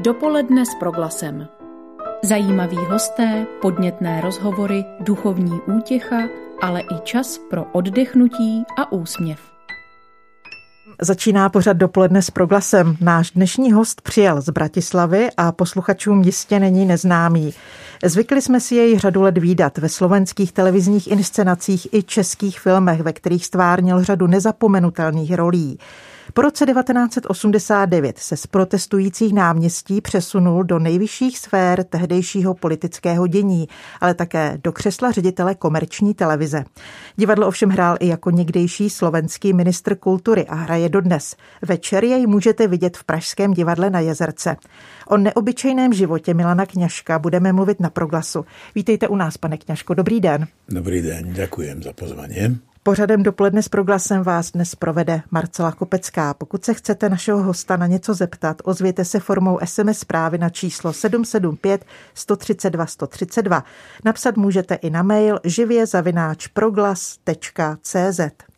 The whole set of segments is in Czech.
Dopoledne s Proglasem. Zajímaví hosté, podnětné rozhovory, duchovní útěcha, ale i čas pro oddechnutí a úsměv. Začíná pořad Dopoledne s Proglasem. Náš dnešní host přijel z Bratislavy a posluchačům jistě není neznámý. Zvykli jsme si jej řadu let vídat ve slovenských televizních inscenacích i českých filmech, ve kterých stvárnil řadu nezapomenutelných rolí. Po roce 1989 se z protestujících náměstí přesunul do nejvyšších sfér tehdejšího politického dění, ale také do křesla ředitele komerční televize. Divadlo ovšem hrál i jako někdejší slovenský ministr kultury a hraje dodnes. Večer jej můžete vidět v pražském divadle na Jezerce. O neobyčejném životě Milana Kňažka budeme mluvit na Proglasu. Vítejte u nás, pane Kňažko, dobrý den. Dobrý den, ďakujem za pozvanie. Pořadem Dopoledne s Proglasem vás dnes provede Marcela Kopecká. Pokud se chcete našeho hosta na něco zeptat, ozvěte se formou SMS zprávy na číslo 775 132 132. Napsat můžete i na mail živě@proglas.cz.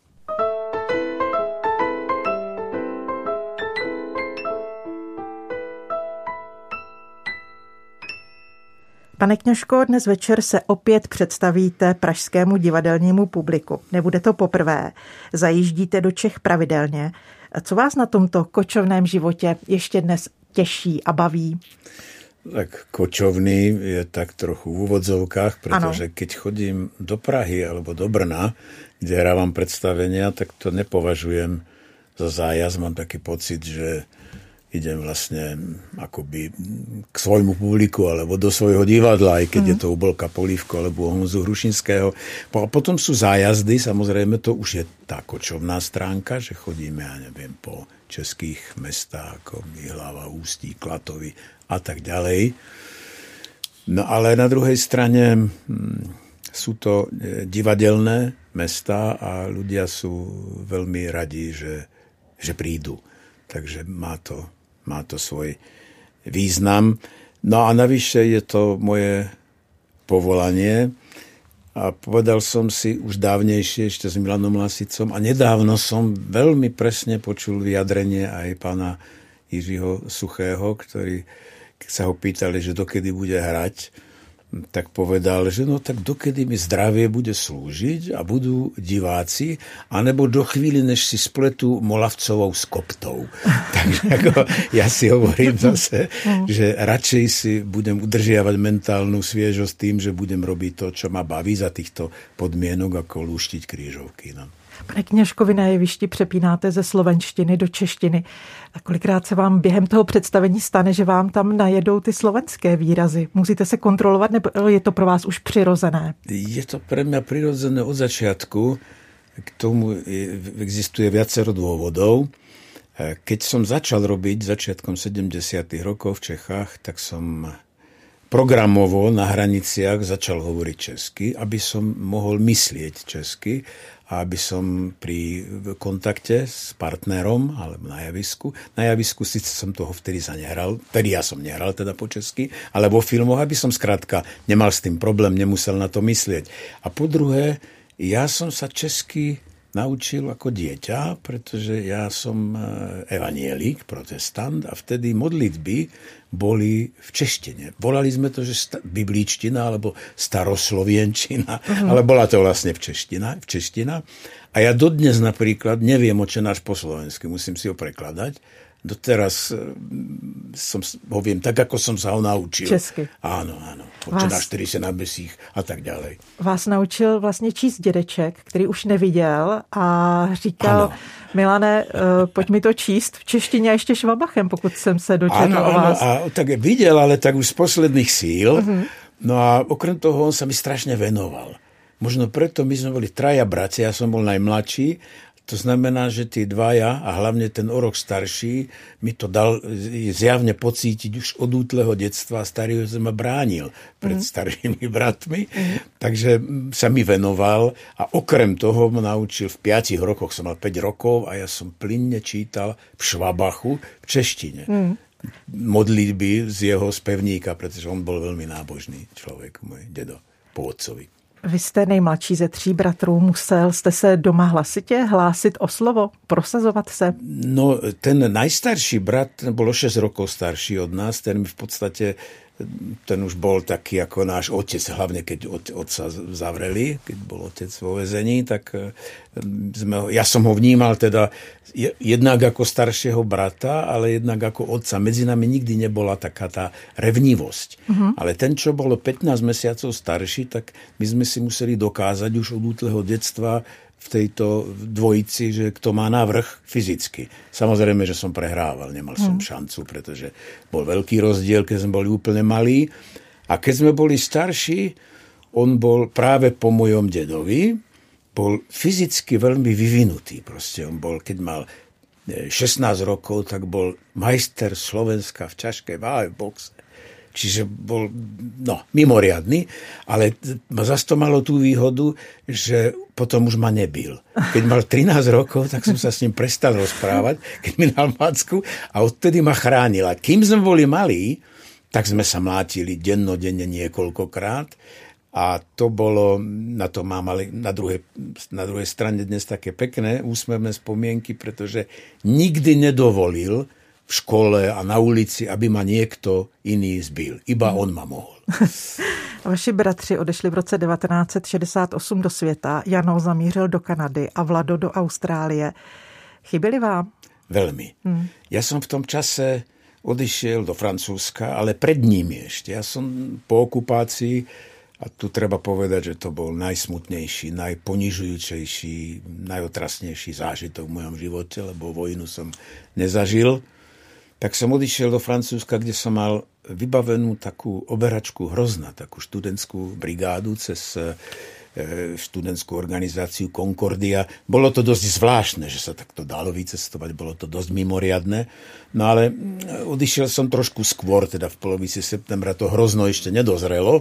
Pane Kňažko, dnes večer se opět představíte pražskému divadelnímu publiku. Nebude to poprvé. Zajíždíte do Čech pravidelně. Co vás na tomto kočovném životě ještě dnes těší a baví? Tak kočovný je tak trochu v úvodzovkách, pretože keď chodím do Prahy alebo do Brna, kde hrávam predstavenia, tak to nepovažujem za zájazd. Mám taký pocit, že idem vlastne akoby k svojmu publiku alebo do svojho divadla, aj keď je to u Bolka Polívku alebo u Honzu Hrušinského. A potom sú zájazdy, samozrejme to už je tá kočovná stránka, že chodíme, ja neviem, po českých mestách ako Jihlava, Ústí, Klatovy a tak ďalej. No ale na druhej strane sú to divadelné mestá a ľudia sú veľmi radi, že prídu. Takže má to svoj význam. No a navyše je to moje povolanie a povedal som si už dávnejšie ešte s Milanom Lasicom a nedávno som veľmi presne počul vyjadrenie aj pána Jiřího Suchého, ktorý, keď sa ho pýtali, že dokedy bude hrať, tak povedal, že no tak dokedy mi zdravie bude slúžiť a budú diváci, anebo do chvíli, než si spletú Molavcovou s Koptou. Takže ako ja si hovorím zase, že radšej si budem udržiavať mentálnu sviežosť tým, že budem robiť to, čo ma baví za týchto podmienok, ako lúštiť krížovky. No. Pane Kňažko, vy na jevišti přepínáte ze slovenštiny do češtiny. A kolikrát se vám během toho představení stane, že vám tam najedou ty slovenské výrazy? Musíte se kontrolovat, nebo je to pro vás už přirozené? Je to pre mňa prirodzené od začiatku. K tomu existuje viacero dôvodov. Keď som začal robiť začiatkom 70. rokov v Čechách, tak som programovo na hraniciach začal hovoriť česky, aby som mohol myslieť česky a aby som pri kontakte s partnerom alebo na javisku síce som toho vtedy nehral, vtedy ja som nehral teda po česky, ale vo filmoch, aby som skrátka nemal s tým problém, nemusel na to myslieť. A po druhé, ja som sa česky naučil ako dieťa, pretože ja som evanielik, protestant a vtedy modlitby boli v češtine. Volali sme to, že bibličtina alebo staroslovienčina, ale bola to vlastne v čeština. A ja dodnes napríklad neviem Otčenáš po slovensky, musím si ho prekladať. Doteraz ho viem tak, ako som sa ho naučil. Česky. Áno. Otčenáš, ktorý sa na besích a tak ďalej. Vás naučil vlastně číst dědeček, který už neviděl a říkal, Milane, pojď mi to číst v češtině a ještě švabachem, pokud jsem se dočetl o vás. Áno, tak videl, ale tak už z posledných síl. No a okrem toho on sa mi strašne venoval. Možno preto my sme boli traja bratia, ja som bol najmladší. To znamená, že tí dvaja a hlavne ten o rok starší mi to dal zjavne pocítiť už od útleho detstva. Starý sa ma bránil pred staršími bratmi, takže sa mi venoval a okrem toho ma naučil v 5 rokoch, som mal 5 rokov a ja som plynne čítal v švabachu v češtine. Modlitby z jeho spevníka, pretože on bol veľmi nábožný človek, môj dedo po otcovi. Vy jste nejmladší ze 3 bratrů, musel jste se doma hlasitě hlásit o slovo, prosazovat se? No, ten najstarší brat bol 6 rokov starší od nás, ten mi v podstate, ten už bol taký ako náš otec, hlavne keď otca zavreli, keď bol otec vo väzení, tak ja som ho vnímal teda jednak ako staršieho brata, ale jednak ako otca. Medzi nami nikdy nebola taká tá revnivosť. Ale ten, čo bolo 15 mesiacov starší, tak my sme si museli dokázať už od útleho detstva v tejto dvojici, že kto má navrch fyzicky. Samozrejme, že som prehrával, nemal som šancu, pretože bol veľký rozdiel, keď sme boli úplne malí. A keď sme boli starší, on bol práve po mojom dedovi, bol fyzicky veľmi vyvinutý. Proste on bol, keď mal 16 rokov, tak bol majster Slovenska v ťažkej váhe v boxe. Čiže bol mimoriadny, ale zase to malo tú výhodu, že potom už ma nebil. Keď mal 13 rokov, tak som sa s ním prestal rozprávať, keď mi dal macku a odtedy ma chránil. A kým sme boli malí, tak sme sa mlátili dennodenne niekoľkokrát a to bolo, na to mám ale na druhej strane dnes také pekné úsmevné spomienky, pretože nikdy nedovolil v škole a na ulici, aby ma niekto iný zbil. Iba on ma mohol. Vaši bratři odešli v roce 1968 do světa. Jano zamířil do Kanady a Vlado do Austrálie. Chyběli vám? Veľmi. Ja som v tom čase odišiel do Francúzska, ale pred ním ešte. Ja som po okupácii, a tu treba povedať, že to bol najsmutnejší, najponižujúcejší, najotrasnejší zážitok v mojom živote, lebo vojnu som nezažil. Tak som odišiel do Francúzska, kde som mal vybavenú takú oberačku Hrozna, takú študentskú brigádu cez študentskú organizáciu Concordia. Bolo to dosť zvláštne, že sa takto dalo vycestovať, bolo to dosť mimoriadne. No ale odišiel som trošku skôr, teda v polovici septembra, to Hrozno ešte nedozrelo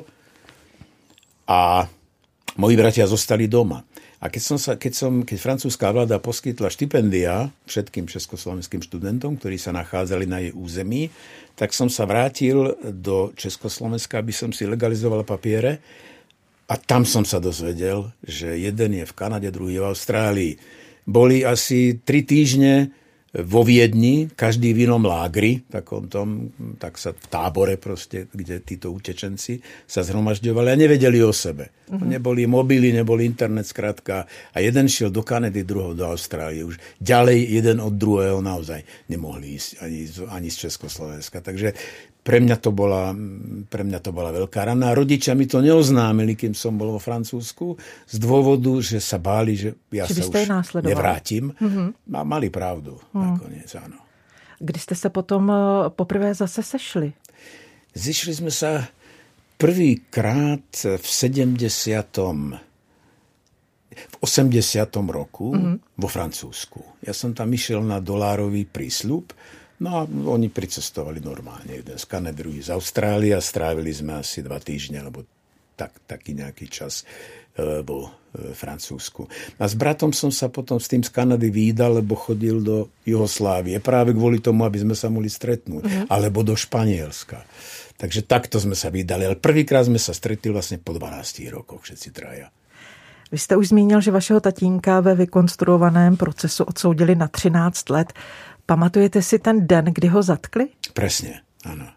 a moji bratia zostali doma. A keď francúzska vláda poskytla štipendia všetkým československým študentom, ktorí sa nachádzali na jej území, tak som sa vrátil do Československa, aby som si legalizoval papiere. A tam som sa dozvedel, že jeden je v Kanade, druhý v Austrálii. Boli asi 3 týždne vo Viedni, každý v inom lágri, tak sa v tábore proste, kde títo utečenci sa zhromažďovali a nevedeli o sebe. Neboli mobily, neboli internet, skrátka. A jeden šiel do Kanady, druhého do Austrálie. Už ďalej jeden od druhého naozaj nemohli ísť ani z Československa. Takže pre mňa to bola veľká rana. Rodičia mi to neoznámili, kým som bol vo Francúzsku, z dôvodu, že sa báli, že ja sa už nevrátim. A mali pravdu nakoniec, áno. Kdy ste sa potom poprvé zase sešli? Zišli sme sa prvýkrát v 80. roku vo Francúzsku. Ja som tam išiel na dolárový prísľub. No a oni pricestovali normálne. Jeden z Kanady, druhý z Austrálie a strávili sme asi 2 týždne, alebo taký nejaký čas vo Francúzsku. A s bratom som sa potom s tým z Kanady vídal, lebo chodil do Juhoslávie. Práve kvôli tomu, aby sme sa mohli stretnúť. Alebo do Španielska. Takže takto sme sa vydali. Ale prvýkrát sme sa stretli vlastne po 12 rokoch, všetci traja. Vy jste už zmínil, že vašeho tatínka ve vykonstruovaném procesu odsoudili na 13 let. Pamatujete si ten den, kdy ho zatkli? Presne, áno.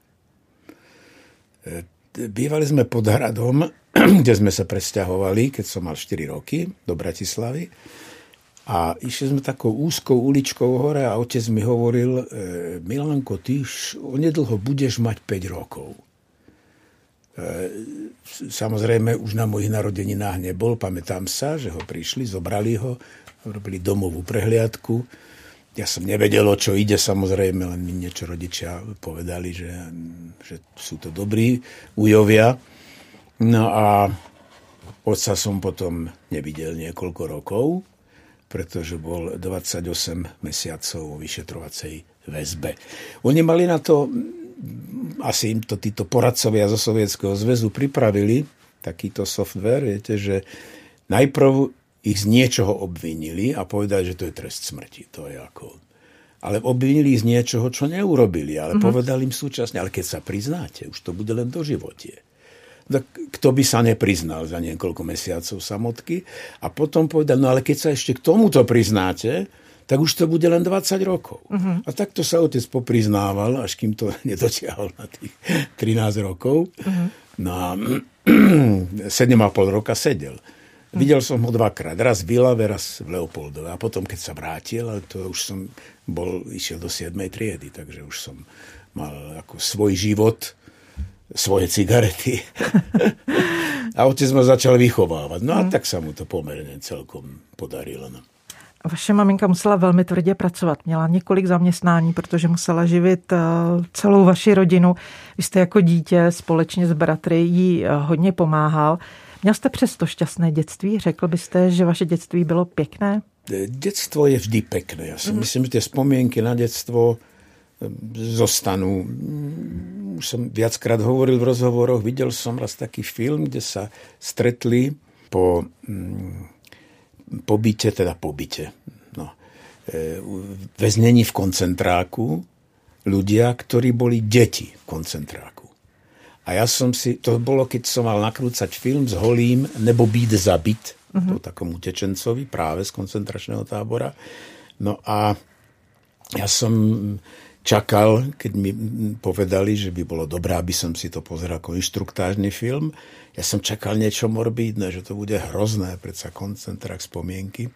Bývali sme pod hradom, kde sme sa presťahovali, keď som mal 4 roky, do Bratislavy. A išli sme takou úzkou uličkou hore a otec mi hovoril, Milanko, ty onedlho budeš mať 5 rokov. Samozrejme, už na mojich narodeninách nebol, pamätám sa, že ho prišli, zobrali ho, robili domovú prehliadku. Ja som nevedel, o čo ide, samozrejme, len mi niečo rodičia povedali, že sú to dobrí ujovia. No a otca som potom nevidel niekoľko rokov, pretože bol 28 mesiacov vo vyšetrovacej väzbe. Oni mali na to, asi im to títo poradcovia zo Sovietskeho zväzu pripravili, takýto software, viete, že najprv ich z niečoho obvinili a povedali, že to je trest smrti. To je ako... Ale obvinili ich z niečoho, čo neurobili, ale povedali im súčasne, ale keď sa priznáte, už to bude len doživotie. Kto by sa nepriznal za niekoľko mesiacov samotky? A potom povedal, no ale keď sa ešte k tomuto priznáte, tak už to bude len 20 rokov. Uh-huh. A takto sa otec popriznával, až kým to nedotiahol na tých 13 rokov. Uh-huh. No a 7,5 roka sedel. Videl som ho dvakrát. Raz v Ilave, raz v Leopoldove. A potom, keď sa vrátil, to už som išiel do 7. triedy, takže už som mal ako svoj život, svoje cigarety. A otec ma začal vychovávať. No a tak sa mu to pomerne celkom podarilo. No. Vaše maminka musela velmi tvrdě pracovat. Měla několik zaměstnání, protože musela živit celou vaši rodinu. Vy jste jako dítě společně s bratry jí hodně pomáhal. Měl jste přesto šťastné dětství? Řekl byste, že vaše dětství bylo pěkné? Dětstvo je vždy pekné. Ja si myslím, že tie spomienky na detstvo zostanú. Už som viackrát hovoril v rozhovoroch, videl som raz taký film, kde sa stretli po pobyte, väznení v koncentráku ľudia, ktorí boli deti v koncentráku. A ja som to bolo, keď som mal nakrúcať film s Holým Nebo být zabit, to takom utečencovi práve z koncentračného tábora. No a ja som čakal, keď mi povedali, že by bolo dobré, aby som si to pozeral ako inštruktážny film. Ja som čakal niečo morbídne, že to bude hrozné, predsa koncentrák, spomienky.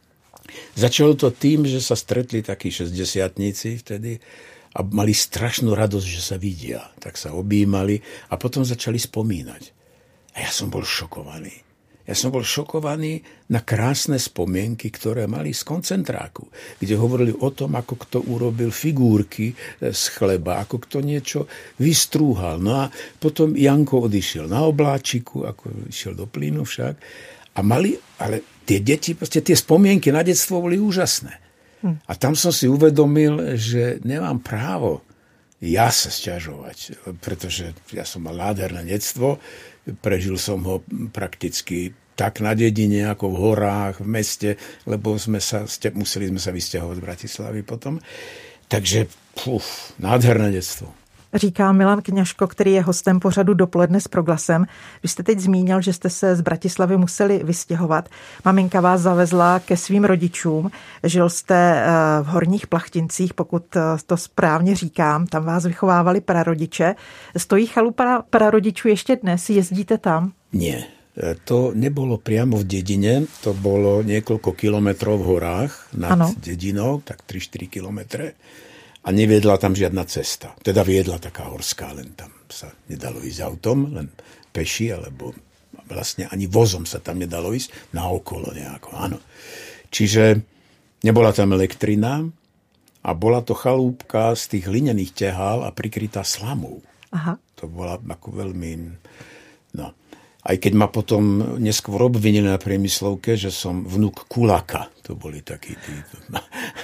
Začalo to tým, že sa stretli takí 60-tníci vtedy a mali strašnú radosť, že sa vidia. Tak sa objímali a potom začali spomínať. A ja som bol šokovaný. Ja som bol šokovaný na krásne spomienky, ktoré mali z koncentráku, kde hovorili o tom, ako kto urobil figurky z chleba, ako kto niečo vystrúhal. No a potom Janko odišiel na obláčiku, ako išiel do plynu však. A ale tie deti, proste tie spomienky na detstvo boli úžasné. A tam som si uvedomil, že nemám právo ja sa sťažovať, pretože ja som mal nádherné detstvo, prežil som ho prakticky tak na dedine, ako v horách, v meste, lebo museli sme sa vysťahovať z Bratislavy potom. Takže nádherné detstvo. Říká Milan Kňažko, který je hostem pořadu Dopoledne s Proglasem. Vy jste teď zmínil, že jste se z Bratislavy museli vystěhovat. Maminka vás zavezla ke svým rodičům. Žil jste v Horních Plachtincích, pokud to správně říkám. Tam vás vychovávali prarodiče. Stojí chalupa prarodičů ještě dnes? Jezdíte tam? Nie. To nebolo priamo v dedine, to bolo niekoľko kilometrov v horách nad dedinou, tak 3-4 kilometre. A neviedla tam žiadna cesta. Teda viedla taká horská, len tam sa nedalo ísť autom, len peši, alebo vlastne ani vozom sa tam nedalo ísť, naokolo nejako, áno. Čiže nebola tam elektrina a bola to chalúbka z tých hlinených tehál a prikrytá slamou. Aha. To bola ako veľmi... No. Aj keď ma potom neskôr obvinili na priemyslovke, že som vnuk Kulaka. To boli takí tí... No.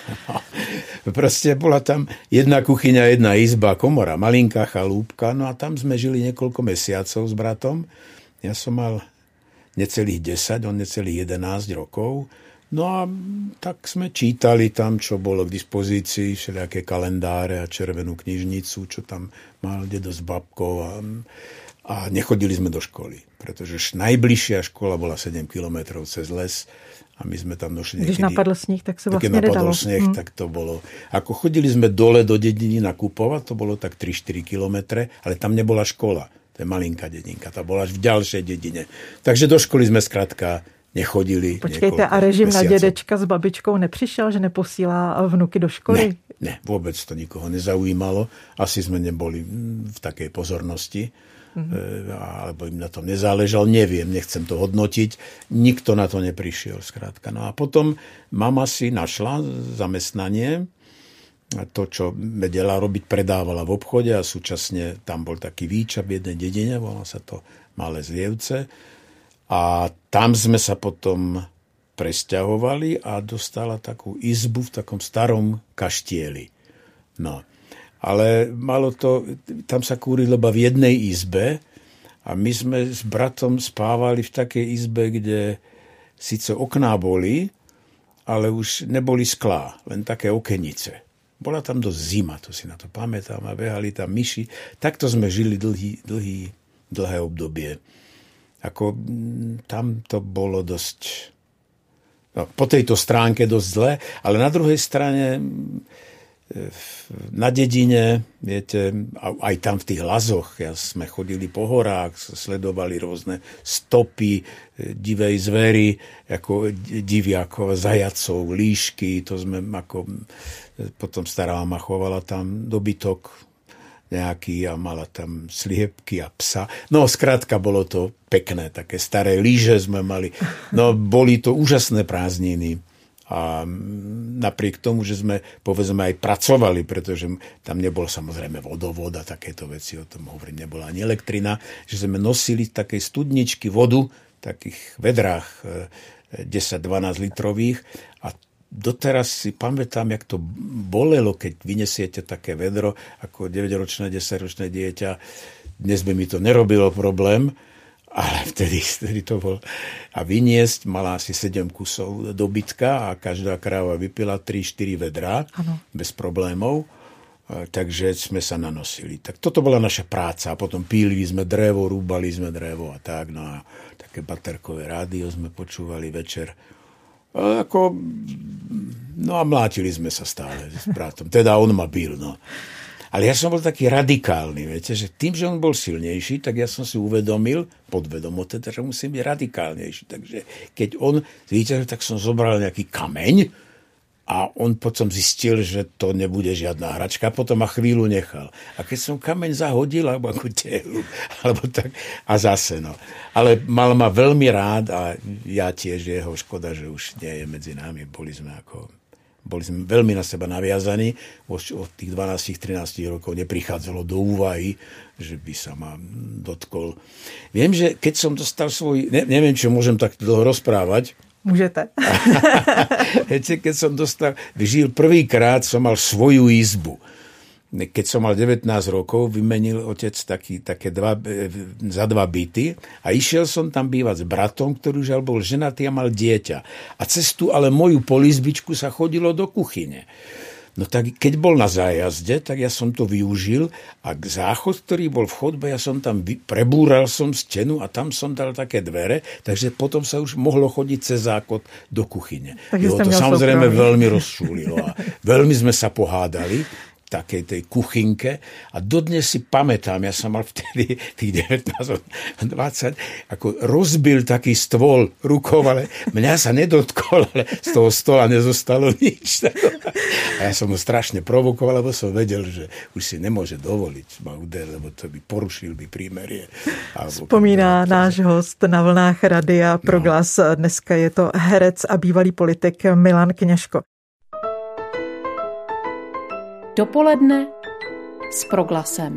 Proste bola tam jedna kuchyňa, jedna izba, komora, malinká chalúbka. No a tam sme žili niekoľko mesiacov s bratom. Ja som mal necelých 10, on necelých 11 rokov. No a tak sme čítali tam, čo bolo k dispozícii, všelijaké kalendáre a červenú knižnicu, čo tam mal dedo s babkou a nechodili sme do školy, pretože najbližšia škola bola 7 kilometrov cez les a my sme tam došli niekedy... Když napadl sníh, tak sa vlastne nedalo. Keď napadol sníh, tak to bolo... Ako chodili sme dole do dediny nakupovať, to bolo tak 3-4 kilometre, ale tam nebola škola. To je malinká dedinka, tá bola až v ďalšej dedine. Takže do školy sme skrátka nechodili. Počkejte, a režim mesiacov. Na dědečka s babičkou nepřišel, že neposílá vnuky do školy? Ne, vôbec to nikoho nezaujímalo. Asi sme neboli v takej pozornosti. Alebo im na tom nezáležal, neviem, nechcem to hodnotiť. Nikto na to neprišiel, skrátka. No a potom mama si našla zamestnanie, to, čo vedela robiť, predávala v obchode a súčasne tam bol taký výčap v jednej dedine, volá sa to Malé Zlievce. A tam sme sa potom presťahovali a dostala takú izbu v takom starom kaštieli. No. Ale malo to, tam sa kúrilo iba v jednej izbe a my sme s bratom spávali v takej izbe, kde síce okná boli, ale už neboli sklá, len také okenice. Bola tam dosť zima, to si na to pamätám, a behali tam myši. Takto sme žili dlhý dlhé obdobie. Ako tam to bolo dosť... No, po tejto stránke dosť zle, ale na druhej strane na dedine, viete, aj tam v tých lazoch, sme chodili po horách, sledovali rôzne stopy divej zvery, ako diviakov, zajacov, líšky, to sme ako, potom stará mama chovala tam dobytok nejaký a mala tam sliepky a psa. No, skrátka, bolo to pekné, také staré líže sme mali. No, boli to úžasné prázdniny. A napriek tomu, že sme, povedzme, aj pracovali, pretože tam nebol samozrejme vodovod a takéto veci, o tom hovorím, nebola ani elektrina, že sme nosili z takej studničky vodu, v takých vedrách 10-12 litrových a doteraz si pamätám, jak to bolelo, keď vynesiete také vedro ako 9-ročné, 10-ročné dieťa. Dnes by mi to nerobilo problém, ale vtedy to bol. A vyniesť mala asi 7 kusov dobytka a každá kráva vypila 3-4 vedrá, bez problémov. Takže sme sa nanosili. Tak toto bola naša práca. A potom pílili sme drevo, rúbali sme drevo a tak. No a také baterkové rádio sme počúvali večer. No a mlátili sme sa stále s bratom. Teda on ma bil, no. Ale ja som bol taký radikálny, viete, že tým, že on bol silnejší, tak ja som si uvedomil, podvedomo teda, že musím byť radikálnejší. Takže keď on zvíťazil, tak som zobral nejaký kameň a on potom zistil, že to nebude žiadna hračka, potom ma chvíľu nechal. A keď som kameň zahodil, alebo ako tehlu, alebo tak, a zase, no. Ale mal ma veľmi rád a ja tiež, jeho škoda, že už nie je medzi nami. Boli sme veľmi na seba naviazaní. Od tých 12-13 rokov neprichádzalo do úvahy, že by sa ma dotkol. Viem, že keď som dostal svoj... Neviem, čo môžem tak dlho rozprávať. Môžete. Keď som žil prvýkrát, som mal svoju izbu. Keď som mal 19 rokov, vymenil otec také za 2 byty a išiel som tam bývať s bratom, ktorý už bol ženatý a mal dieťa. A cez tú ale moju polizbičku sa chodilo do kuchyne. No tak keď bol na zájazde, tak ja som to využil a záchod, ktorý bol v chodbe, ja som tam prebúral som stenu a tam som dal také dvere, takže potom sa už mohlo chodiť cez záchod do kuchyne. To samozrejme veľmi rozšúlilo a veľmi sme sa pohádali takej tej kuchynke a dodnes si pamätám, ja som mal vtedy tých 19-20, ako rozbil taký stôl rukou, ale mňa sa nedotkol, ale z toho stola nezostalo nič. A ja som ho strašne provokoval, lebo som vedel, že už si nemôže dovoliť ma udel, lebo to by porušil by prímerie. Vzpomíná náš host na vlnách Radia Proglas. Dneska je to herec a bývalý politik Milan Kněžko. Dopoledne s Proglasem.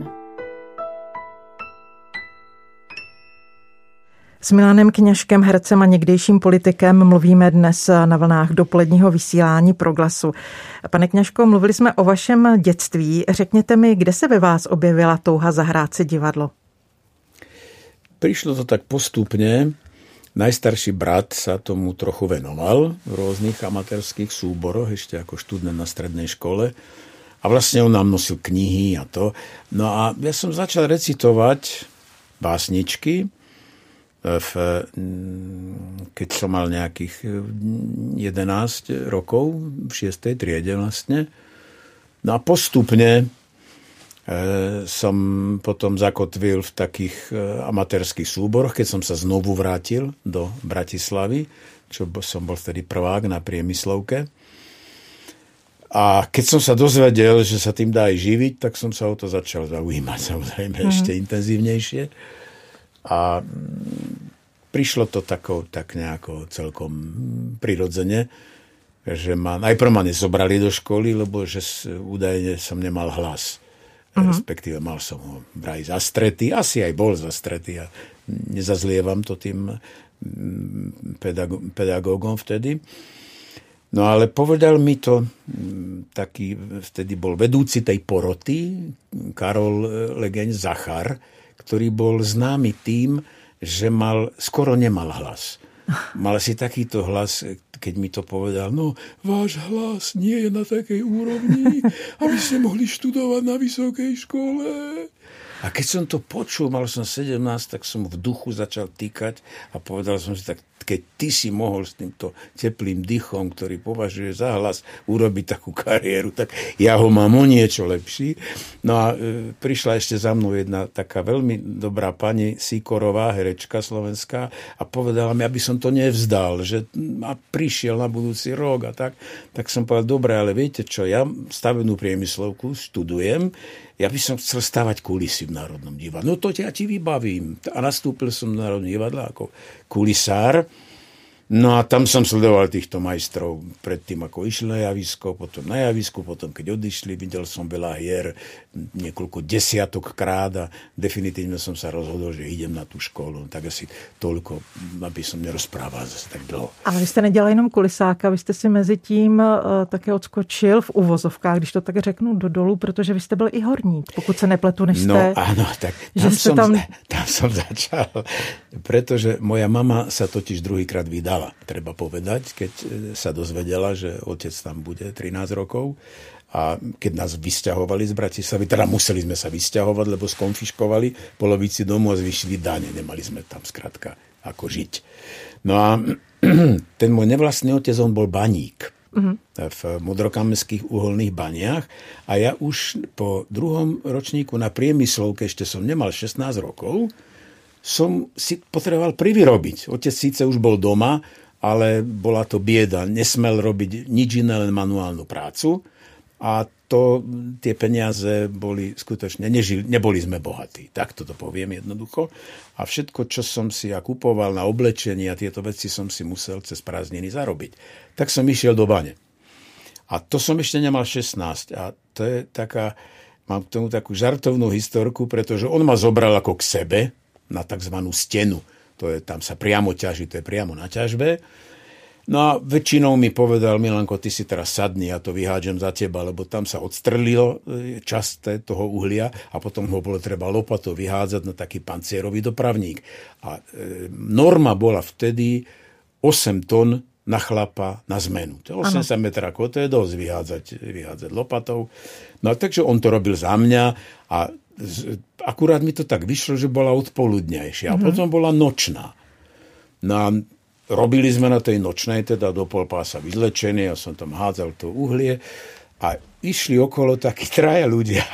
S Milanem Kněžkem, hercem a někdejším politikem, mluvíme dnes na vlnách dopoledního vysílání Proglasu. Pane Kněžko, mluvili jsme o vašem dětství. Řekněte mi, kde se ve vás objevila touha zahrát si divadlo? Prišlo to tak postupne. Najstarší brat sa tomu trochu venoval v rôznych amatérských súboroch, ešte ako študent na strednej škole. A vlastne on nám nosil knihy a to. No a ja som začal recitovať básničky, keď som mal nejakých 11 rokov, v 6. triede vlastne. No a postupne som potom zakotvil v takých amatérskych súboroch, keď som sa znovu vrátil do Bratislavy, čo som bol vtedy prvák na priemyslovke. A keď som sa dozvedel, že sa tým dá aj živiť, tak som sa o to začal zaujímať samozrejme ešte intenzívnejšie. A prišlo to tak nejako celkom prirodzene, že najprv ma nezobrali do školy, lebo že údajne som nemal hlas. Respektíve mal som ho vraj zastretý, asi aj bol zastretý a nezazlievam to tým pedagógom vtedy. No ale povedal mi to vtedy bol vedúci tej poroty, Karol Legeň Zachar, ktorý bol známy tým, že skoro nemal hlas. Mal si takýto hlas, keď mi to povedal, no váš hlas nie je na takej úrovni, aby ste mohli študovať na vysokej škole. A keď som to počul, mal som 17, tak som v duchu začal týkať a povedal som si, tak keď ty si mohol s týmto teplým dychom, ktorý považuje za hlas, urobiť takú kariéru, tak ja ho mám o niečo lepší. No a prišla ešte za mnou jedna taká veľmi dobrá pani Sikorová, herečka slovenská, a povedala mi, aby som to nevzdal, že prišiel na budúci rok a tak. Tak som povedal, dobre, ale viete čo, ja stavebnú priemyslovku študujem, ja by som chcel stavať kulisy v Národnom divadle. No to ja ti vybavím. A nastúpil som v Národnom divadle ako kulisár. No a tam som sledoval týchto majstrov predtým, ako išli na javisko, potom na javisku, potom keď odišli, videl som veľa hier, niekoľko desiatok krát a definitívne som sa rozhodol, že idem na tú školu. Tak asi toľko, aby som nerozprával zase tak dlho. Ale vy jste nedělal jenom kulisáka, vy jste si mezi tím také odskočil v uvozovkách, když to tak řeknu, do dolu, protože vy jste byl i horník, pokud se nepletu, než jste... No áno, tak tam som začal, pretože moja mama sa totiž druhýkrát vydala. Treba povedať, keď sa dozvedela, že otec tam bude 13 rokov a keď nás vysťahovali z Bratislavy, teda museli sme sa vysťahovať, lebo skonfiškovali polovici domu a zvyšili dane. Nemali sme tam skrátka ako žiť. No a ten môj nevlastný otec, on bol baník v modrokamenských uholných baniach a ja už po druhom ročníku na priemyslovke, ešte som nemal 16 rokov, som si potreboval privyrobiť. Otec síce už bol doma, ale bola to bieda. Nesmel robiť nič iné, len manuálnu prácu. A tie peniaze boli skutočne, neboli sme bohatí. Tak to poviem jednoducho. A všetko, čo som si ja kupoval na oblečenie a tieto veci som si musel cez prázdniny zarobiť. Tak som išiel do bane. A to som ešte nemal 16. A to je taká, mám k tomu takú žartovnú historku, pretože on ma zobral ako k sebe, na takzvanú stenu. Tam sa priamo ťaží, to je priamo na ťažbe. No a väčšinou mi povedal, Milanko, ty si teraz sadni, ja to vyhádžem za teba, lebo tam sa odstrelilo časť toho uhlia a potom ho bolo treba lopatou vyhádzať na taký pancierový dopravník. A norma bola vtedy 8 tón na chlapa na zmenu. To je 80 metrákov, to je dosť vyhádzať lopatou. No takže on to robil za mňa a akurát mi to tak vyšlo, že bola odpoludňajšia a potom bola nočná. No a robili sme na tej nočnej, teda do polpása vyzlečení, ja som tam hádzal to uhlie a išli okolo takí traja ľudia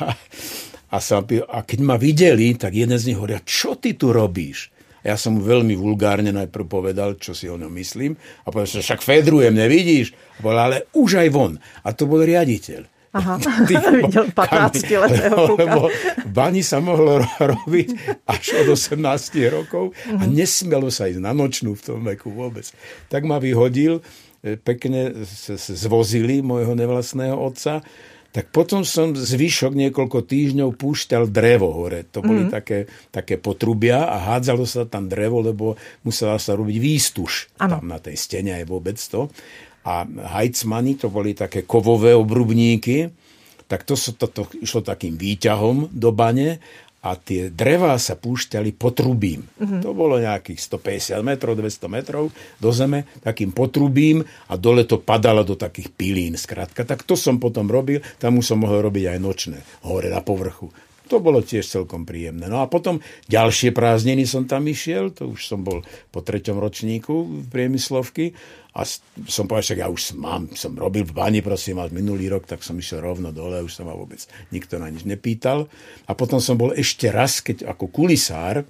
a keď ma videli, tak jeden z nich hovoria, čo ty tu robíš? A ja som mu veľmi vulgárne najprv povedal, čo si o ňom myslím a povedal, že však fedrujem, nevidíš? A povedal, ale už aj von. A to bol riaditeľ. Aha, viděl 15-letého kluka. Lebo v bani sa mohlo robiť až od 18 rokov a nesmelo sa ísť na nočnú v tom veku vôbec. Tak ma vyhodil, pekne zvozili môjho nevlastného otca, tak potom som zvyšok niekoľko týždňov púšťal drevo hore. To boli také potrubia a hádzalo sa tam drevo, lebo musela sa robiť výstuž tam na tej stene aj vôbec to. A hajcmani, to boli také kovové obrubníky, tak to išlo takým výťahom do bane a tie drevá sa púšťali potrubím. To bolo nejakých 150 metrov, 200 metrov do zeme, takým potrubím a dole to padalo do takých pilín. Skrátka, tak to som potom robil, tam už som mohol robiť aj nočné, hore na povrchu. To bolo tiež celkom príjemné. No a potom ďalšie prázdniny som tam išiel, to už som bol po 3. ročníku v priemyslovky a som povedal, že ja už som robil v bani, prosím vás, minulý rok, tak som išiel rovno dole, už sa ma vôbec nikto na nič nepýtal. A potom som bol ešte raz, keď ako kulisár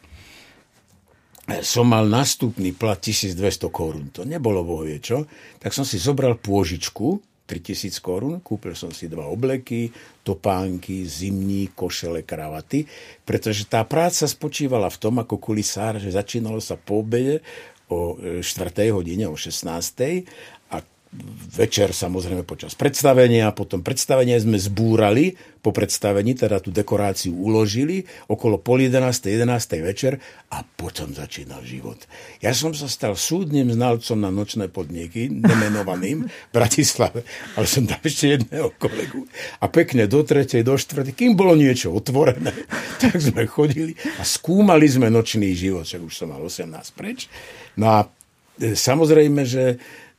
som mal nástupný plat 1200 korún. To nebolo bohvie čo. Tak som si zobral pôžičku 3000 korún, kúpil som si 2 obleky, topánky, zimní, košele, kravaty, pretože tá práca spočívala v tom, ako kulisár, že začínalo sa po obede o 4. hodine, o 16. a večer samozrejme počas predstavenia, potom predstavenie sme zbúrali, po predstavení teda tú dekoráciu uložili, okolo 10:30, 11. večer a potom začínal život. Ja som sa stal súdnym znalcom na nočné podniky, nemenovaným v Bratislave, ale som tam ešte jedného kolegu a pekne do 3., do 4., kým bolo niečo otvorené, tak sme chodili a skúmali sme nočný život, však už som mal 18 preč. No a samozrejme, že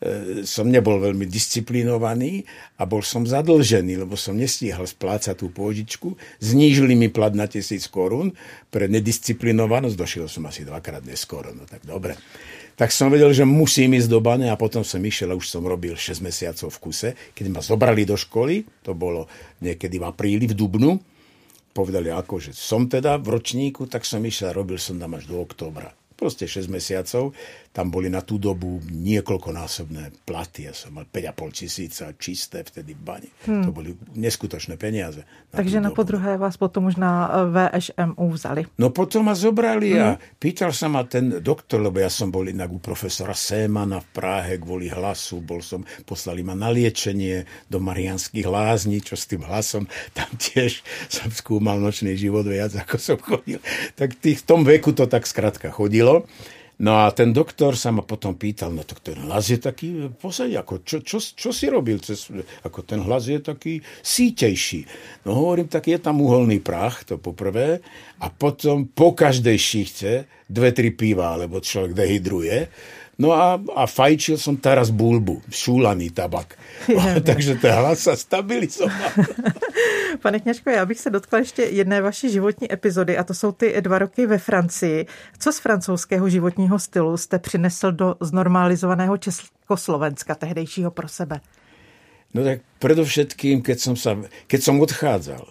som nebol veľmi disciplinovaný a bol som zadlžený, lebo som nestíhal splácať tú pôžičku. Znížili mi plat na 1,000 korún pre nedisciplinovanosť, došiel som asi 2-krát neskoro, no tak dobre. Tak som vedel, že musím ísť do bane a potom som išiel a už som robil 6 mesiacov v kuse. Keď ma zobrali do školy, to bolo niekedy v apríli, v dubnu, povedali ako, že som teda v ročníku, tak som išiel a robil som tam až do októbra. Proste 6 mesiacov. Tam boli na tú dobu niekoľkonásobné platy. Ja som mal 5 500 čisté vtedy v bani. To boli neskutočné peniaze. Takže na podruhé vás potom už na VŠMU vzali. No potom ma zobrali a pýtal sa ma ten doktor, lebo ja som bol inak u profesora Sémana v Prahe kvôli hlasu. Poslali ma na liečenie do Mariánskych Lázní, čo s tým hlasom. Tam tiež som skúmal nočný život viac, ako som chodil. Tak v tom veku to tak skrátka chodilo. No a ten doktor sa ma potom pýtal, no to ten hlas je taký, posaď, ako čo si robil? Ako ten hlas je taký sítejší. No hovorím, tak je tam uholný prach, to poprvé, a potom po každej šichte 2-3 piva, lebo človek dehydruje. No a fajčil som teraz bulbu, šúlaný tabak. Takže ten hlas sa stabilizoval. Pane Kňažko, já bych se dotkla ještě jedné vaší životní epizody, a to jsou ty 2 roky ve Francii. Co z francouzského životního stylu jste přinesl do znormalizovaného Československa tehdejšího pro sebe? No tak predovšetkým, keď som odchádzal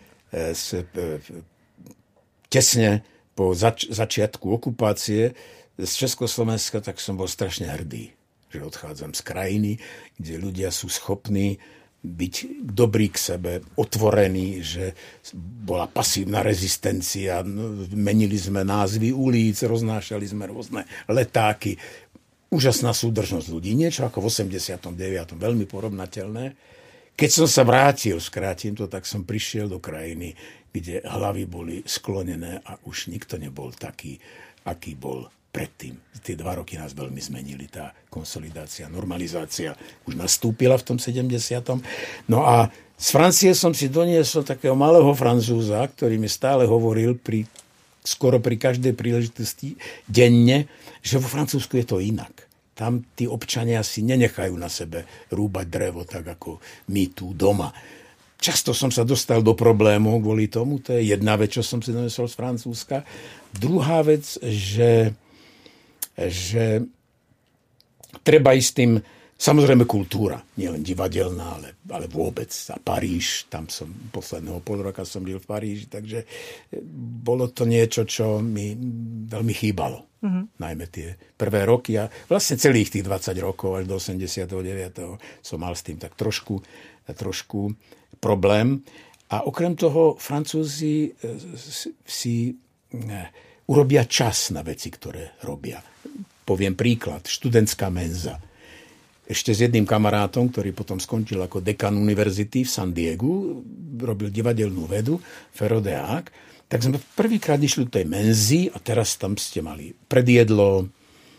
tesne po začiatku okupácie z Československa, tak som bol strašne hrdý, že odchádzam z krajiny, kde ľudia sú schopní byť dobrí k sebe, otvorení, že bola pasívna rezistencia, menili sme názvy ulic, roznášali sme rôzne letáky. Úžasná súdržnosť ľudí, niečo ako v 89. veľmi porovnateľné. Keď som sa vrátil, skrátim to, tak som prišiel do krajiny, kde hlavy boli sklonené a už nikto nebol taký, aký bol predtým. Tie 2 roky nás veľmi zmenili. Tá konsolidácia, normalizácia už nastúpila v tom 70. No a z Francie som si doniesol takého malého Francúza, ktorý mi stále hovoril skoro pri každej príležitosti denne, že vo Francúzsku je to inak. Tam tí občania si nenechajú na sebe rúbať drevo tak ako my tu doma. Často som sa dostal do problémov kvôli tomu. To je jedna vec, čo som si doniesol z Francúzska. Druhá vec, že treba ísť tým, samozrejme kultúra, nielen divadelná, ale vôbec. A Paríž, tam som posledného pol roka som byl v Paríži, takže bolo to niečo, čo mi veľmi chýbalo. Najmä tie prvé roky a vlastne celých tých 20 rokov až do 89. som mal s tým tak trošku problém. A okrem toho Francúzi si urobia čas na veci, ktoré robia. Poviem príklad, študentská menza. Ešte s jedným kamarátom, ktorý potom skončil ako dekan univerzity v San Diegu, robil divadelnú vedu, Ferrodeák, tak sme prvýkrát išli do tej menzy a teraz tam ste mali predjedlo,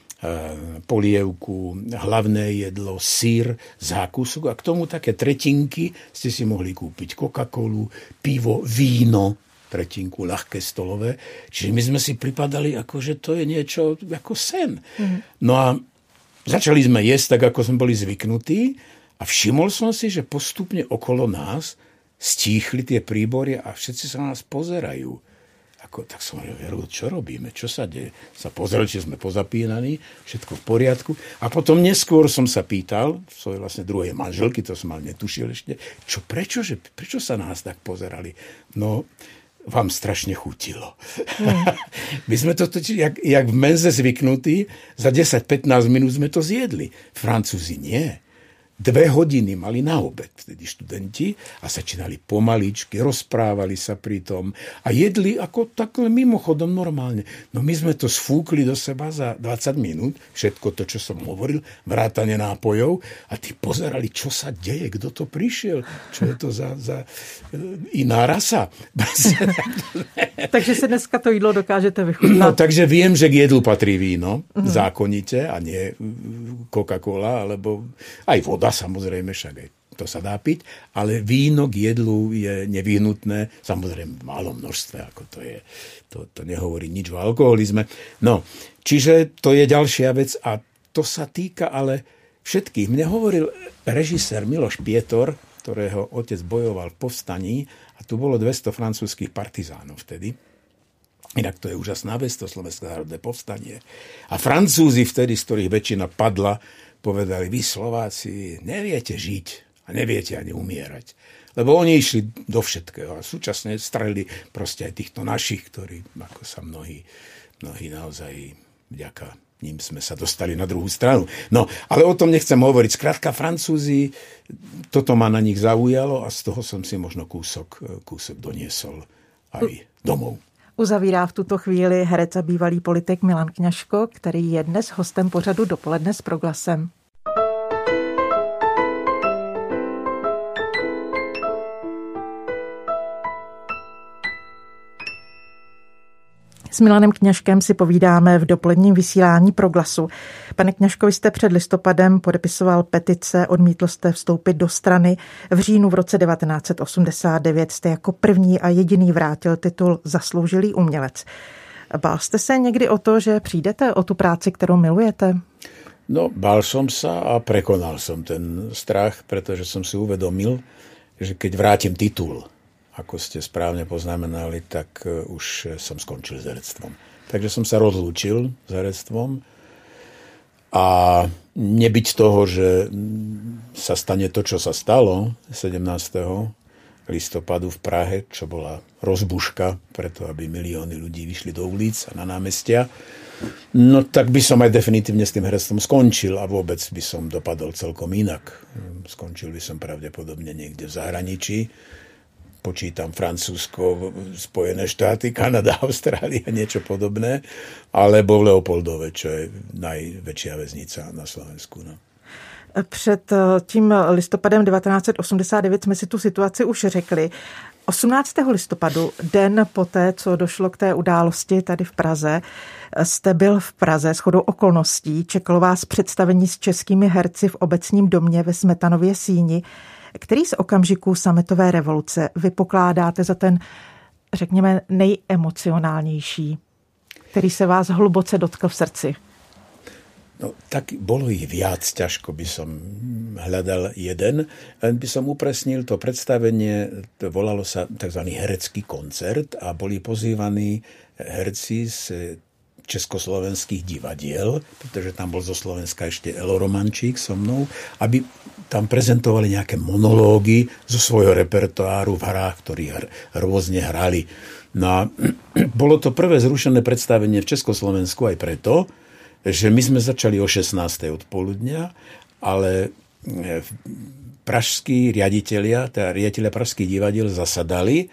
polievku, hlavné jedlo, syr, zákusok a k tomu také tretinky ste si mohli kúpiť Coca-Colu, pivo, víno, tretinku, ľahké stolové. Čiže my sme si pripadali, ako že to je niečo ako sen. No a začali sme jesť tak, ako sme boli zvyknutí a všimol som si, že postupne okolo nás stíchli tie príbory a všetci sa na nás pozerajú. Tak som hovoril, čo robíme, čo sa deje? Sa pozreli, či sme pozapínaní, všetko v poriadku. A potom neskôr som sa pýtal, svojej vlastne druhej manželky, to som mal netušil ešte, prečo sa nás tak pozerali? No, vám strašne chutilo. My sme to totiž, jak v menze zvyknutí, za 10-15 minút sme to zjedli. Francúzi nie. 2 hodiny mali na obed, vtedy študenti, a začínali pomaličky, rozprávali sa pri tom a jedli ako takhle mimochodom normálne. No my sme to sfúkli do seba za 20 minút, všetko to, čo som hovoril, vrátane nápojov, a tí pozerali, čo sa deje, kto to prišiel, čo je to za iná rasa. Takže si dneska to jídlo dokážete vychutnať. No, takže viem, že k jedlu patrí víno, zákonite, a nie Coca-Cola, alebo aj voda, samozrejme, však aj to sa dá piť, ale víno k jedlu je nevyhnutné, samozrejme v malom množstve, ako to je, to nehovorí nič o alkoholizme. No, čiže to je ďalšia vec a to sa týka ale Všetkých. Mne hovoril režisér Miloš Pietor, ktorého otec bojoval v povstaní, a tu bolo 200 francúzskych partizánov vtedy. Inak to je úžasná vec, to Slovenské národné povstanie. A Francúzi vtedy, z ktorých väčšina padla, povedali: vy Slováci neviete žiť a neviete ani umierať. Lebo oni išli do všetkého a súčasne strelili proste aj týchto našich, ktorí, ako sa mnohí naozaj vďaka ním sme sa dostali na druhú stranu. No, ale o tom nechcem hovoriť. Skrátka, Francúzi, toto ma na nich zaujalo a z toho som si možno kúsok doniesol aj domov. Uzavírá v tuto chvíli herec a bývalý politik Milan Kňažko, který je dnes hostem pořadu Dopoledne s Proglasem. S Milanem Kňažkem si povídáme v dopoledním vysílání Proglasu. Pane Kňažko, vy jste před listopadem podepisoval petice, odmítl jste vstoupit do strany. V říjnu v roce 1989 jste jako první a jediný vrátil titul Zasloužilý umělec. Bál jste se někdy o to, že přijdete o tu práci, kterou milujete? No, bál som sa a prekonal som ten strach, pretože som si uvedomil, že keď vrátim titul, ako ste správne poznamenali, tak už som skončil s herectvom. Takže som sa rozlúčil s herectvom a nebyť toho, že sa stane to, čo sa stalo 17. listopadu v Prahe, čo bola rozbuška preto, aby milióny ľudí vyšli do ulic a na námestia, no tak by som aj definitívne s tým herectvom skončil a vôbec by som dopadol celkom inak. Skončil by som pravdepodobne niekde v zahraničí. Počítam Francúzsko, Spojené štáty, Kanada, Austrália, niečo podobné, alebo v Leopoldove, čo je najväčšia väznica na Slovensku. No. Před tím listopadem 1989 jsme si tu situaci už řekli. 18. listopadu, den poté, co došlo k té události tady v Praze, jste byl v Praze shodou okolností. Čekalo vás představení s českými herci v Obecním domě ve Smetanově síni. Který z okamžiků sametové revoluce vy pokládáte za ten, řekněme, nejemocionálnější, který se vás hluboce dotkl v srdci? No, tak bolo ich viac, ťažko by som hľadal jeden. Len by som upresnil to predstavenie, volalo sa tzv. Herecký koncert a boli pozývaní herci z československých divadiel, pretože tam bol zo Slovenska ešte Elo Romančík so mnou, aby tam prezentovali nejaké monológy zo svojho repertoáru v hrách, ktorí rôzne hrali. No a bolo to prvé zrušené predstavenie v Československu aj preto, že my sme začali o 16. odpoludnia, ale pražskí riaditelia, teda riaditelia pražských divadiel zasadali,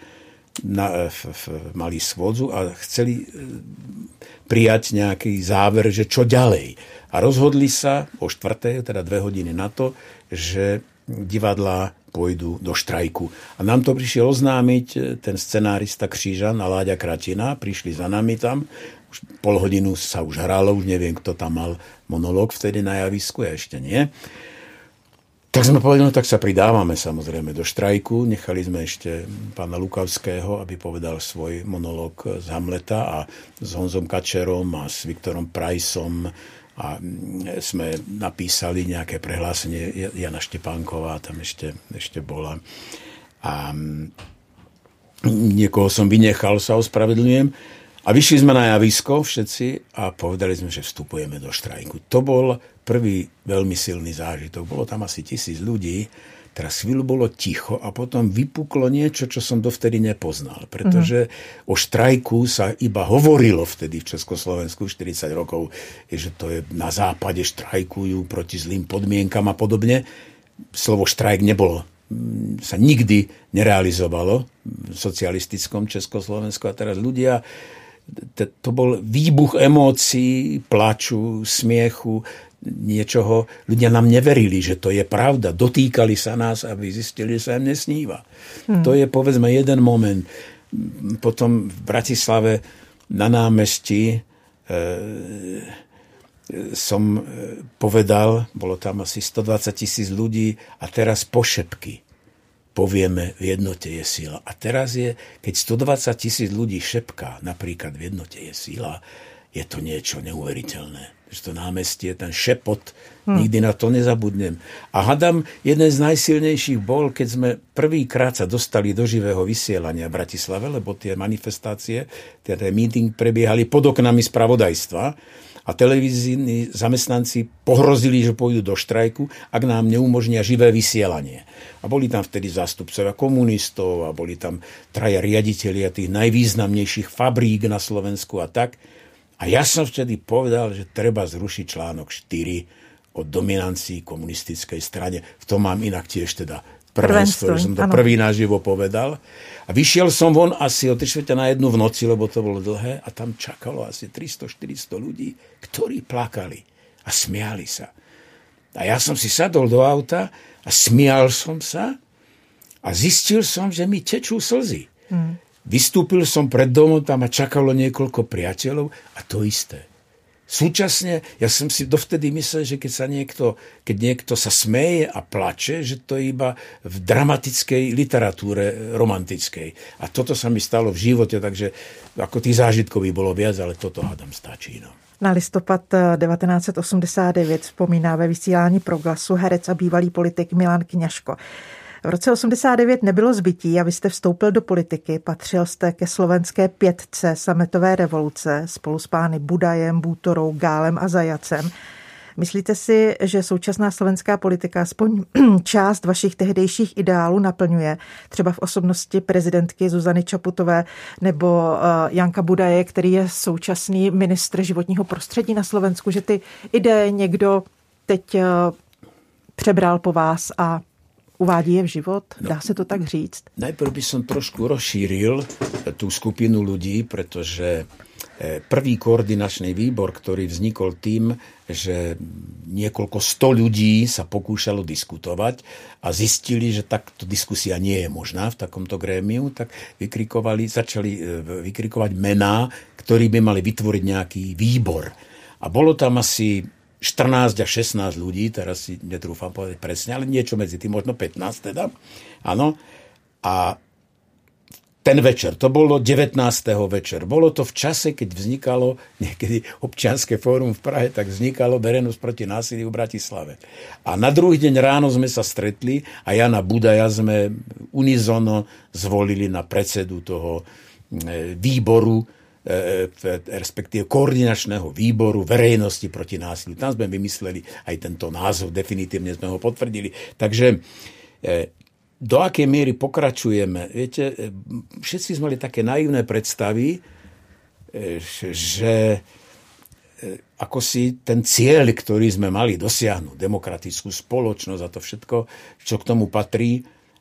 mali schôdzu a chceli prijať nejaký záver, že čo ďalej. A rozhodli sa o 4., teda 2 hodiny na to, že divadlá pôjdu do štrajku. A nám to prišiel oznámiť ten scenárista Křížan a Láďa Kratina, prišli za nami tam, už pol hodinu sa už hralo, už neviem, kto tam mal monológ vtedy na javisku, ja ešte nie. Tak sme povedali, no tak sa pridávame samozrejme do štrajku. Nechali sme ešte pána Lukavského, aby povedal svoj monológ z Hamleta a s Honzom Kačerom a s Viktorom Prajsom a sme napísali nejaké prehlásenie. Jana Štepánková tam ešte bola. A niekoho som vynechal, sa ospravedlňujem. A vyšli sme na javisko všetci a povedali sme, že vstupujeme do štrajku. To bol prvý veľmi silný zážitok. Bolo tam asi 1000 ľudí. Teraz chvíľu bolo ticho a potom vypuklo niečo, čo som dovtedy nepoznal. Pretože o štrajku sa iba hovorilo vtedy v Československu 40 rokov, že to je na západe štrajkujú proti zlým podmienkam a podobne. Slovo štrajk nebolo, sa nikdy nerealizovalo v socialistickom Československu. A teraz ľudia, to bol výbuch emócií, plaču, smiechu, niečoho. Ľudia nám neverili, že to je pravda. Dotýkali sa nás, aby zistili, že sa im nesníva. To je, povedzme, jeden moment. Potom v Bratislave na námestí som povedal, bolo tam asi 120 000 ľudí a teraz pošepky povieme, v jednote je sila. A teraz je, keď 120 000 ľudí šepká, napríklad v jednote je sila, je to niečo neuveriteľné. že to námestie, ten šepot, nikdy na to nezabudnem. A hadam, jeden z najsilnejších bol, keď sme prvýkrát sa dostali do živého vysielania v Bratislave, lebo tie manifestácie, tie meeting prebiehali pod oknami spravodajstva a televízni zamestnanci pohrozili, že pôjdu do štrajku, ak nám neumožnia živé vysielanie. A boli tam vtedy zástupcovia komunistov a boli tam traja riaditelia tých najvýznamnejších fabrík na Slovensku a tak. A ja som vtedy povedal, že treba zrušiť článok 4 o dominancii komunistickej strane. V tom mám inak tiež teda prvenstvo, že som to prvý naživo povedal. A vyšiel som von asi o 3:45 v noci, lebo to bolo dlhé, a tam čakalo asi 300-400 ľudí, ktorí plakali a smiali sa. A ja som si sadol do auta a smial som sa a zistil som, že mi tečú slzy. Vystúpil som pred domom, tam ma čakalo niekoľko priateľov a to isté. Súčasne, ja som si dovtedy myslel, že keď niekto sa smeje a plače, že to je iba v dramatickej literatúre romantickej. A toto sa mi stalo v živote, takže ako tých zážitkov by bolo viac, ale toto hádam stačí. No. Na listopad 1989 vzpomíná ve vysílání Proglasu herec a bývalý politik Milan Kňažko. V roce 89 nebylo zbytí a vy jste vstoupil do politiky. Patřil jste ke slovenské pětce sametové revoluce spolu s pány Budajem, Bútorou, Gálem a Zajacem. Myslíte si, že současná slovenská politika aspoň část vašich tehdejších ideálů naplňuje? Třeba v osobnosti prezidentky Zuzany Čaputové nebo Janka Budaje, který je současný ministr životního prostředí na Slovensku, že ty ideje někdo teď přebral po vás a uvádí je v život? Dá se to tak říct? Najprv by som trošku rozšíril tú skupinu ľudí, pretože prvý koordinačný výbor, ktorý vznikol tým, že niekoľko 100 ľudí sa pokúšalo diskutovať a zistili, že takto diskusia nie je možná v takomto grémiu, tak začali vykrikovať mená, ktorí by mali vytvoriť nejaký výbor. A bolo tam asi 14 a 16 ľudí, teraz si netrúfam povedať presne, ale niečo medzi tým, možno 15 teda. Áno. A ten večer, to bolo 19. večer. Bolo to v čase, keď vznikalo niekedy občianske fórum v Prahe, tak vznikalo Verejnosť proti násiliu v Bratislave. A na druhý deň ráno sme sa stretli a Jana Budaja sme unizono zvolili na predsedu toho výboru, respektíve koordinačného výboru verejnosti proti násiliu. Tam sme vymysleli aj tento názov, definitívne sme ho potvrdili. Takže do akej miery pokračujeme? Viete, všetci sme mali také naivné predstavy, že ako si ten cieľ, ktorý sme mali dosiahnuť, demokratickú spoločnosť a to všetko, čo k tomu patrí.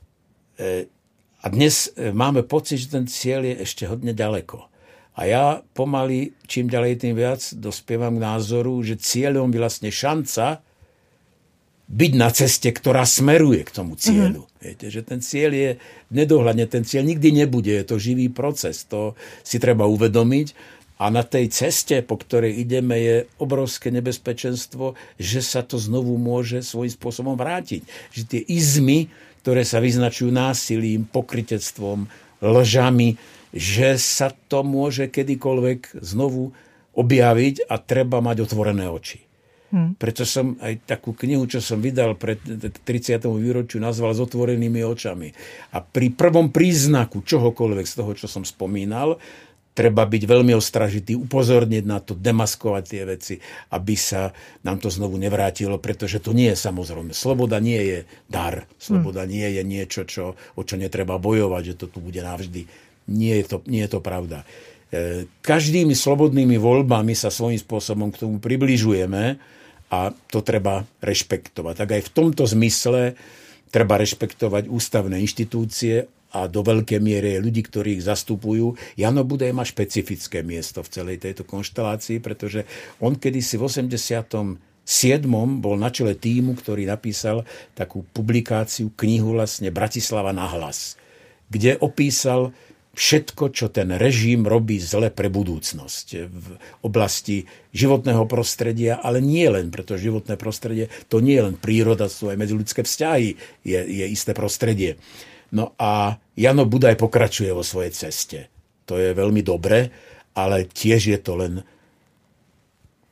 A dnes máme pocit, že ten cieľ je ešte hodne ďaleko. A ja pomaly, čím ďalej tým viac, dospievam k názoru, že cieľom je vlastne šanca byť na ceste, ktorá smeruje k tomu cieľu. Viete, že ten cieľ je nedohľadne, ten cieľ nikdy nebude, je to živý proces, to si treba uvedomiť. A na tej ceste, po ktorej ideme, je obrovské nebezpečenstvo, že sa to znovu môže svojím spôsobom vrátiť. Že tie izmy, ktoré sa vyznačujú násilím, pokrytectvom, lžami, že sa to môže kedykoľvek znovu objaviť a treba mať otvorené oči. Preto som aj takú knihu, čo som vydal pred 30. výročiu, nazval S otvorenými očami. A pri prvom príznaku čohokoľvek z toho, čo som spomínal, treba byť veľmi ostražitý, upozorniť na to, demaskovať tie veci, aby sa nám to znovu nevrátilo, pretože to nie je samozrejme. Sloboda nie je dar. Sloboda nie je niečo, o čo netreba bojovať, že to tu bude navždy. Nie je to pravda. Každými slobodnými voľbami sa svojím spôsobom k tomu približujeme a to treba rešpektovať. Tak aj v tomto zmysle treba rešpektovať ústavné inštitúcie a do veľkej miery ľudí, ktorí ich zastupujú. Jano Budaj má špecifické miesto v celej tejto konštelácii, pretože on kedysi v 87. bol na čele tímu, ktorý napísal takú publikáciu, knihu vlastne Bratislava na hlas, kde opísal všetko, čo ten režim robí zle pre budúcnosť v oblasti životného prostredia, ale nie len, pretože životné prostredie to nie je len príroda, sú aj medziľudské vzťahy, je isté prostredie. No a Jano Budaj pokračuje vo svojej ceste. To je veľmi dobre, ale tiež je to len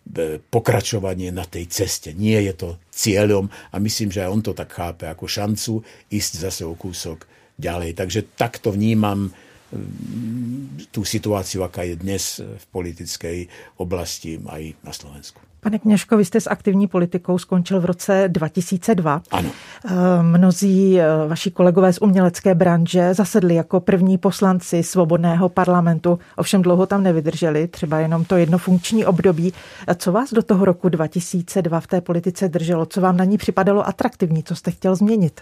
pokračovanie na tej ceste. Nie je to cieľom a myslím, že aj on to tak chápe ako šancu ísť zase o kúsok ďalej. Takže takto vnímam tú situáciu, aká je dnes v politickej oblasti aj na Slovensku. Pane Kněžko, vy jste s aktivní politikou skončil v roce 2002. Ano. Mnozí vaši kolegové z umělecké branže zasedli jako první poslanci Svobodného parlamentu, ovšem dlouho tam nevydrželi, třeba jenom to jedno funkční období. Co vás do toho roku 2002 v té politice drželo? Co vám na ní připadalo atraktivní? Co jste chtěl změnit?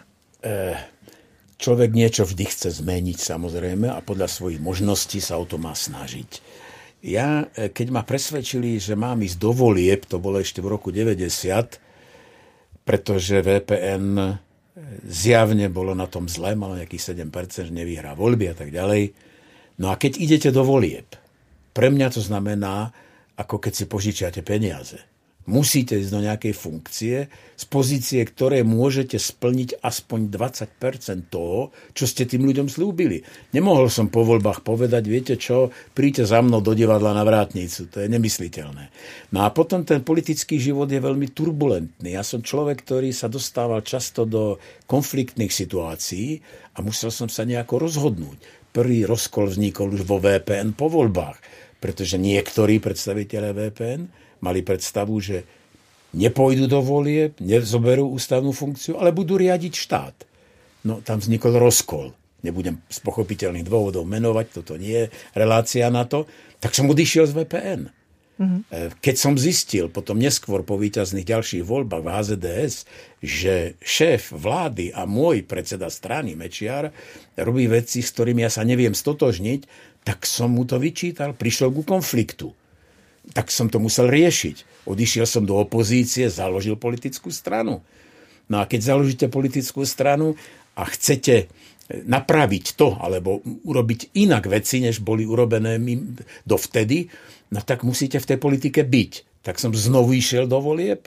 Človek niečo vždy chce zmeniť, samozrejme, a podľa svojich možností sa o to má snažiť. Ja, keď ma presvedčili, že mám ísť do volieb, to bolo ešte v roku 90, pretože VPN zjavne bolo na tom zle, malo nejakých 7%, že nevyhrá voľby a tak ďalej. No a keď idete do volieb, pre mňa to znamená, ako keď si požičiate peniaze. Musíte ísť do nejakej funkcie z pozície, ktoré môžete splniť aspoň 20% toho, čo ste tým ľuďom slúbili. Nemohol som po voľbách povedať, viete čo, príďte za mnou do divadla na Vrátnicu. To je nemysliteľné. No a potom ten politický život je veľmi turbulentný. Ja som človek, ktorý sa dostával často do konfliktných situácií a musel som sa nejako rozhodnúť. Prvý rozkol vznikol už vo VPN po voľbách, pretože niektorí predstavitelia VPN mali predstavu, že nepôjdu do volieb, nezoberú ústavnú funkciu, ale budú riadiť štát. No tam vznikol rozkol. Nebudem z pochopiteľných dôvodov menovať, toto nie je relácia na to. Tak som odišiel z VPN. Keď som zistil potom neskôr po víťazných ďalších voľbách v HZDS, že šéf vlády a môj predseda strany Mečiar robí veci, s ktorými ja sa neviem stotožniť, tak som mu to vyčítal, prišiel ku konfliktu. Tak som to musel riešiť. Odišiel som do opozície, založil politickú stranu. No a keď založíte politickú stranu a chcete napraviť to, alebo urobiť inak veci, než boli urobené dovtedy, no tak musíte v tej politike byť. Tak som znovu išiel do volieb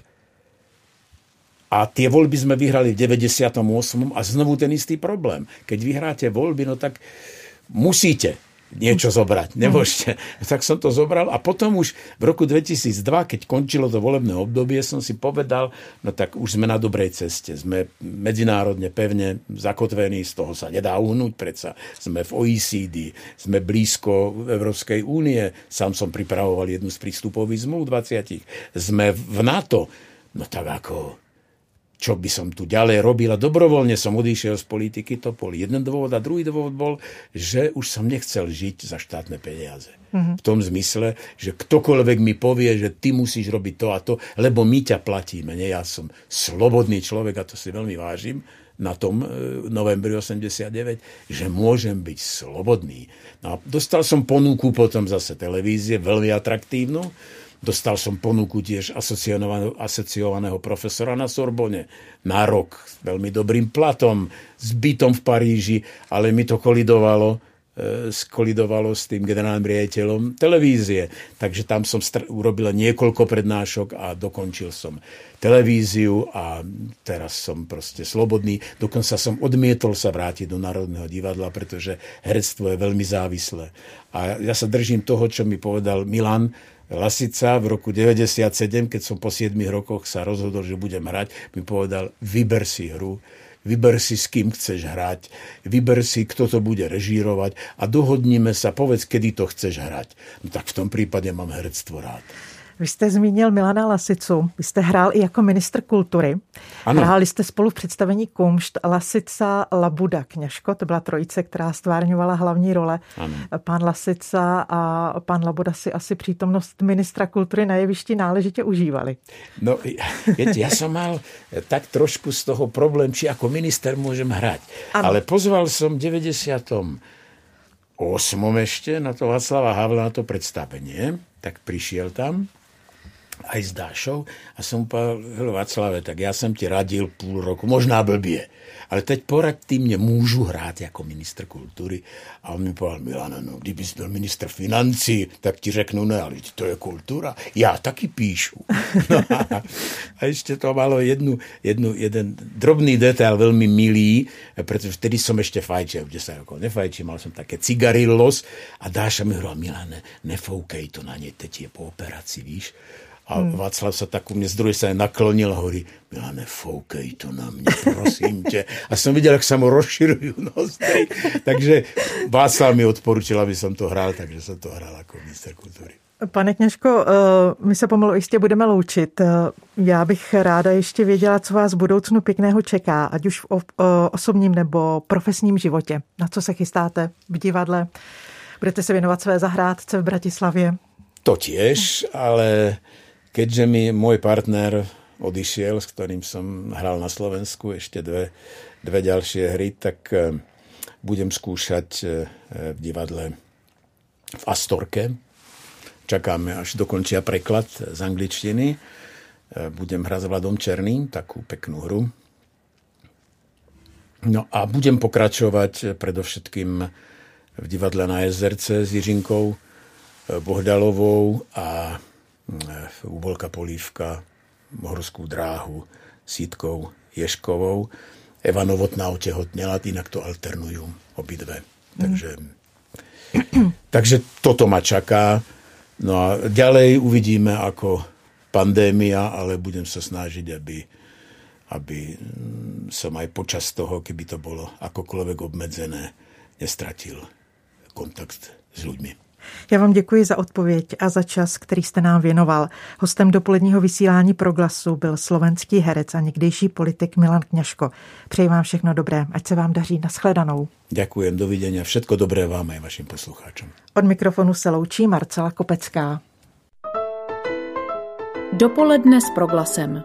a tie voľby sme vyhrali v 98. a znovu ten istý problém. Keď vyhráte voľby, no tak musíte niečo zobrať. Nemôžete. Tak som to zobral a potom už v roku 2002, keď končilo to volebné obdobie, som si povedal, no tak už sme na dobrej ceste. Sme medzinárodne pevne zakotvení, z toho sa nedá uhnúť, predsa sme v OECD, sme blízko Európskej únie, sám som pripravoval jednu z prístupových zmluv 20, sme v NATO, no tak ako čo by som tu ďalej robil a dobrovoľne som odišiel z politiky, to bol jeden dôvod a druhý dôvod bol, že už som nechcel žiť za štátne peniaze. V tom zmysle, že ktokoľvek mi povie, že ty musíš robiť to a to, lebo my ťa platíme. Nie, ja som slobodný človek a to si veľmi vážim na tom novembri 89, že môžem byť slobodný. No a dostal som ponuku potom zase televízie, veľmi atraktívnu. Dostal som ponuku tiež asociovaného profesora na Sorbonne na rok s veľmi dobrým platom, s bytom v Paríži, ale mi to kolidovalo s tým generálnym riaditeľom televízie. Takže tam som urobil niekoľko prednášok a dokončil som televíziu a teraz som proste slobodný. Dokonca som odmietol sa vrátiť do Národného divadla, pretože herectvo je veľmi závislé. A ja sa držím toho, čo mi povedal Milan Lasica v roku 97, keď som po 7 rokoch sa rozhodol, že budem hrať, mi povedal, vyber si hru, vyber si, s kým chceš hrať, vyber si, kto to bude režírovať a dohodníme sa, povedz, kedy to chceš hrať. No tak v tom prípade mám herectvo rád. Vy jste zmínil Milana Lasicu, vy jste hrál i jako ministr kultury. Ano. Hráli jste spolu v představení Kumšt, Lasica, Labuda, Kněžko, to byla trojice, která stvárňovala hlavní role. Ano. Pán Lasica a pán Labuda si asi přítomnost ministra kultury na jevišti náležitě užívali. No, viete, ja som mal tak trošku z toho problém, či ako minister môžem hrať. Ano. Ale pozval som 98. ešte na to Václava Havla na to predstavenie, tak prišiel tam aj s Dášou a som povedal, Václave, tak ja som ti radil půl roku, možná blbie, ale teď poraď ty mne môžu hrať ako minister kultúry. A on mi povedal, Milane, no, kdyby si byl minister financí, tak ti řeknu, ne, ale to je kultúra. Ja taky píšu. No a ešte to malo jeden drobný detail, veľmi milý, pretože vtedy som ešte fajčil, 10 rokov nefajčil, mal som také cigarillos a Dáša mi hovorila, Milane, nefoukej to na ne, teď je po operácii, víš. A Václav sa tak u mne z druhej strany naklonil a hovorí, Milane, foukej to na mne, prosím ťa. A som videl, ak sa mu rozširujú nozdry. Takže Václav mi odporučil, aby som to hrál, takže som to hral ako minister kultury. Pane Kňažko, my se pomalu jistě budeme loučit. Já bych ráda ještě věděla, co vás v budoucnu pěkného čeká, ať už v osobním nebo profesním životě. Na co se chystáte v divadle? Budete se věnovat své zahrádce v Bratislavě? To tiež, ale keďže mi môj partner odišiel, s ktorým som hral na Slovensku ešte dve ďalšie hry, tak budem skúšať v divadle v Astorke. Čakáme, až dokončia preklad z angličtiny. Budem hrať s Vladom Černým, takú peknú hru. No a budem pokračovať predovšetkým v divadle na Jezerce s Jiřinkou Bohdalovou a Úbolka Polívka, Mohorskou dráhu s Jitkou Ješkovou. Eva Novotná otehotnela, inak to alternujú obidve. Takže toto ma čaká. No a ďalej uvidíme ako pandémia, ale budem sa snažiť, aby som aj počas toho, keby to bolo akokoľvek obmedzené, nestratil kontakt s ľuďmi. Já vám děkuji za odpověď a za čas, který jste nám věnoval. Hostem dopoledního vysílání Proglasu byl slovenský herec a někdejší politik Milan Kňažko. Přeji vám všechno dobré, ať se vám daří. Nashledanou. Ďakujem, dovidenia. Všetko dobré vám aj vašim poslucháčom. Od mikrofonu se loučí Marcela Kopecká. Dopoledne s Proglasem.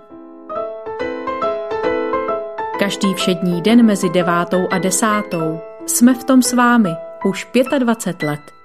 Každý všední den mezi 9. a 10. jsme v tom s vámi už 25 let.